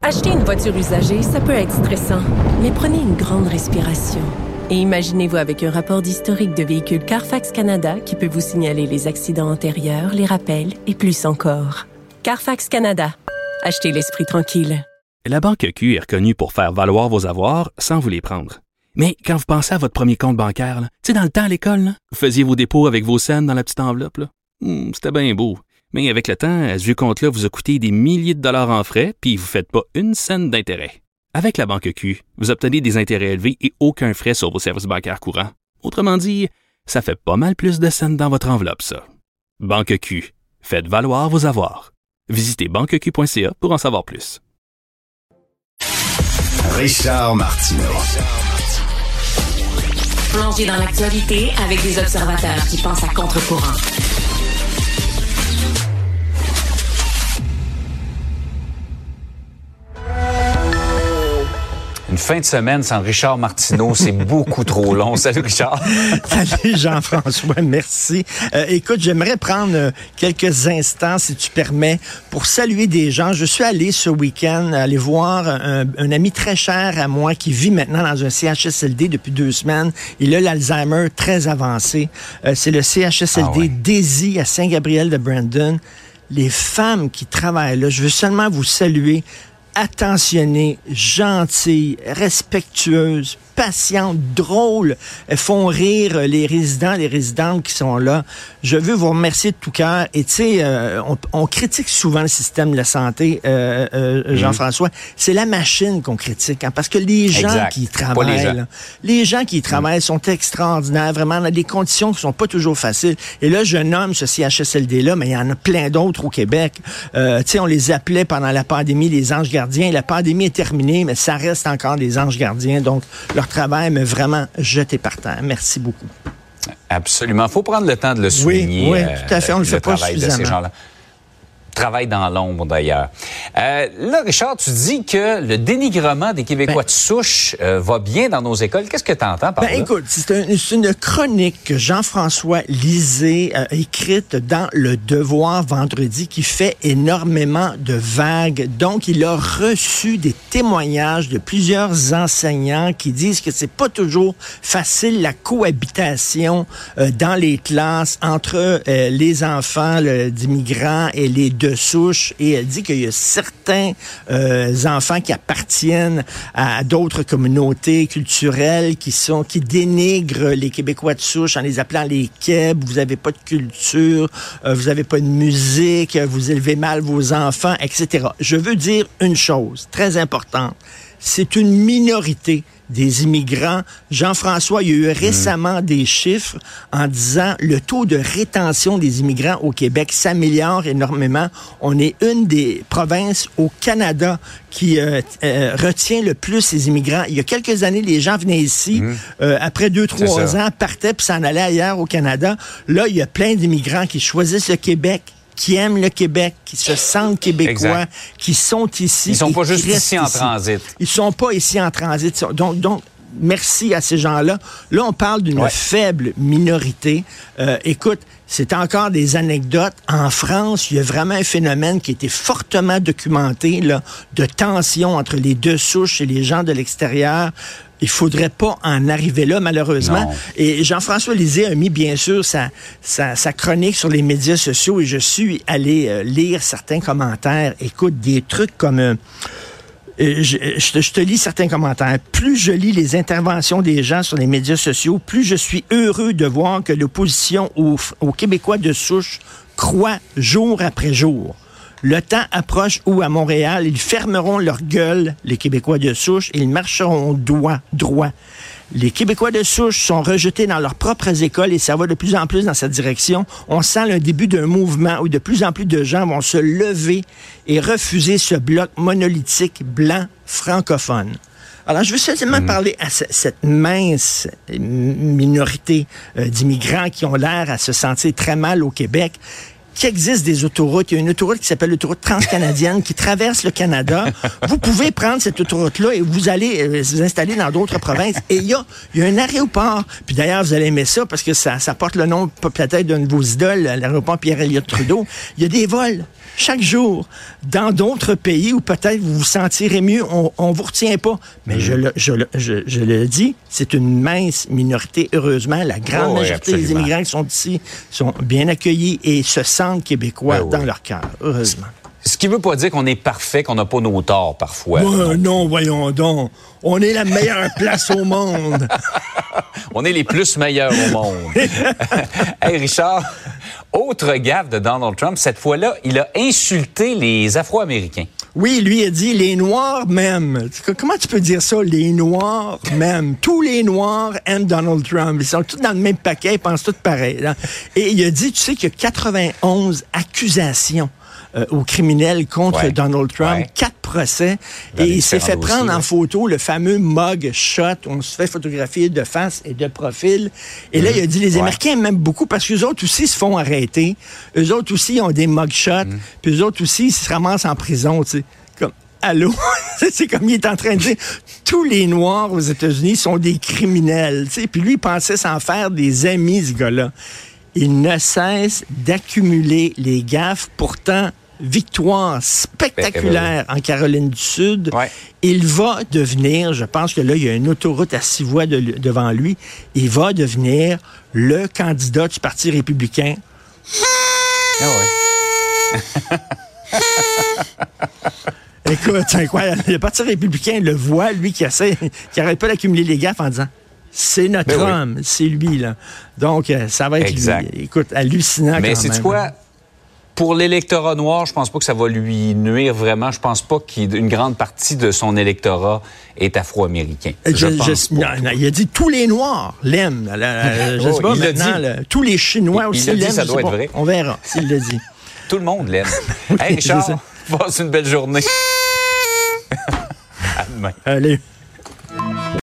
Acheter une voiture usagée, ça peut être stressant, mais prenez une grande respiration. Et imaginez-vous avec un rapport d'historique de véhicule Carfax Canada qui peut vous signaler les accidents antérieurs, les rappels et plus encore. Carfax Canada. Achetez l'esprit tranquille. La Banque Q est reconnue pour faire valoir vos avoirs sans vous les prendre. Mais quand vous pensez à votre premier compte bancaire, tu sais, dans le temps à l'école, là, vous faisiez vos dépôts avec vos scènes dans la petite enveloppe. Là. C'était bien beau. Mais avec le temps, ce vieux compte-là vous a coûté des milliers de dollars en frais, puis vous ne faites pas une scène d'intérêt. Avec la Banque Q, vous obtenez des intérêts élevés et aucun frais sur vos services bancaires courants. Autrement dit, ça fait pas mal plus de scènes dans votre enveloppe, ça. Banque Q. Faites valoir vos avoirs. Visitez banqueq.ca pour en savoir plus. Richard Martineau. Plongé dans l'actualité avec des observateurs qui pensent à contre-courant. Une fin de semaine sans Richard Martineau, c'est beaucoup trop long. Salut Richard. Salut Jean-François, merci. Écoute, j'aimerais prendre quelques instants, si tu permets, pour saluer des gens. Je suis allé ce week-end aller voir un ami très cher à moi qui vit maintenant dans un CHSLD depuis 2 semaines. Il a l'Alzheimer très avancé. C'est le CHSLD Daisy à Saint-Gabriel-de-Brandon. Les femmes qui travaillent là, je veux seulement vous saluer. Attentionnées, gentilles, respectueuses, patientes, drôles. Elles font rire les résidents, les résidentes qui sont là. Je veux vous remercier de tout cœur. Et tu sais, on critique souvent le système de la santé, Jean-François. C'est la machine qu'on critique, hein, parce que les gens qui y travaillent, les gens qui y travaillent sont extraordinaires, vraiment dans des conditions qui sont pas toujours faciles. Et là, je nomme ce CHSLD-là, mais il y en a plein d'autres au Québec. Tu sais, on les appelait pendant la pandémie les anges gardiens. La pandémie est terminée, mais ça reste encore des anges gardiens. Donc, leur travail m'a vraiment jeté par terre. Merci beaucoup. Absolument. Il faut prendre le temps de le souligner. Oui, tout à fait. On le fait pas suffisamment. De ces gens-là. Travaille dans l'ombre, d'ailleurs. Là, Richard, tu dis que le dénigrement des Québécois de souche va bien dans nos écoles. Qu'est-ce que tu entends par là? Écoute, c'est une chronique que Jean-François Lisée a écrite dans Le Devoir vendredi qui fait énormément de vagues. Donc, il a reçu des témoignages de plusieurs enseignants qui disent que c'est pas toujours facile la cohabitation dans les classes entre les enfants d'immigrants et les de souche, et elle dit qu'il y a certains enfants qui appartiennent à d'autres communautés culturelles qui dénigrent les Québécois de souche en les appelant les Québs. Vous avez pas de culture, vous avez pas de musique, vous élevez mal vos enfants, etc. Je veux dire une chose très importante. C'est une minorité des immigrants. Jean-François, il y a eu récemment des chiffres en disant le taux de rétention des immigrants au Québec s'améliore énormément. On est une des provinces au Canada qui retient le plus ces immigrants. Il y a quelques années, les gens venaient ici, après 2-3 ans, partaient puis s'en allaient ailleurs au Canada. Là, il y a plein d'immigrants qui choisissent le Québec, qui aiment le Québec, qui se sentent québécois, qui sont ici. Ils sont pas juste ici en transit. Ils sont pas ici en transit. Donc, merci à ces gens-là. Là, on parle d'une faible minorité. Écoute, c'est encore des anecdotes. En France, il y a vraiment un phénomène qui a été fortement documenté, là, de tension entre les deux souches et les gens de l'extérieur. Il faudrait pas en arriver là, malheureusement. Non. Et Jean-François Lisée a mis, bien sûr, sa chronique sur les médias sociaux et je suis allé lire certains commentaires. Écoute, des trucs comme... Je te lis certains commentaires. Plus je lis les interventions des gens sur les médias sociaux, plus je suis heureux de voir que l'opposition aux Québécois de souche croît jour après jour. Le temps approche où, à Montréal, ils fermeront leur gueule, les Québécois de souche, et ils marcheront droit. Les Québécois de souche sont rejetés dans leurs propres écoles et ça va de plus en plus dans cette direction. On sent le début d'un mouvement où de plus en plus de gens vont se lever et refuser ce bloc monolithique blanc francophone. Alors, je veux seulement parler à cette mince minorité d'immigrants qui ont l'air à se sentir très mal au Québec. qu'il existe des autoroutes. Il y a une autoroute qui s'appelle l'autoroute transcanadienne qui traverse le Canada. Vous pouvez prendre cette autoroute-là et vous allez vous installer dans d'autres provinces. Et il y a un aéroport. Puis d'ailleurs, vous allez aimer ça parce que ça porte le nom peut-être d'une de vos idoles, l'aéroport Pierre-Éliott Trudeau. Il y a des vols chaque jour dans d'autres pays où peut-être vous vous sentirez mieux. On vous retient pas. Mais je le dis, c'est une mince minorité, heureusement. La grande majorité des immigrants qui sont ici sont bien accueillis et se sentent québécois dans leur cœur, heureusement. Ce qui veut pas dire qu'on est parfait, qu'on n'a pas nos torts parfois. Non, voyons donc. On est la meilleure place au monde. On est les plus meilleurs au monde. Hey Richard, autre gaffe de Donald Trump, cette fois-là, il a insulté les Afro-Américains. Oui, lui a dit les Noirs m'aiment. Comment tu peux dire ça, les Noirs m'aiment? Tous les Noirs aiment Donald Trump. Ils sont tous dans le même paquet, ils pensent tous pareil. Hein? Et il a dit, tu sais qu'il y a 91 accusations aux criminels contre Donald Trump, 4 procès, et il s'est fait prendre en photo le fameux mug shot, on se fait photographier de face et de profil, et là il a dit les Américains m'aiment beaucoup parce qu'eux autres aussi se font arrêter, eux autres aussi ont des mug shots, puis eux autres aussi ils se ramassent en prison, tu sais. Comme, allô? C'est comme il est en train de dire, tous les Noirs aux États-Unis sont des criminels, tu sais, puis lui il pensait s'en faire des amis, ce gars-là. Il ne cesse d'accumuler les gaffes, pourtant victoire spectaculaire en Caroline du Sud. Ouais. Il va devenir, je pense que là, il y a une autoroute à 6 voies devant lui, il va devenir le candidat du Parti républicain. Ah ouais. Écoute, c'est incroyable. Le Parti républicain le voit, lui, qui arrête pas d'accumuler les gaffes en disant c'est notre homme, c'est lui, là. Donc, ça va être lui. Écoute, hallucinant. Mais quand c'est même. Quoi? Pour l'électorat noir, je pense pas que ça va lui nuire vraiment. Je pense pas qu'une grande partie de son électorat est afro-américain. Il a dit tous les Noirs l'aiment. Je sais pas maintenant. Tous les Chinois aussi l'aiment. Ça doit être vrai. On verra s'il le dit. Tout le monde l'aime. Hey Richard, passe une belle journée. À demain. Allez.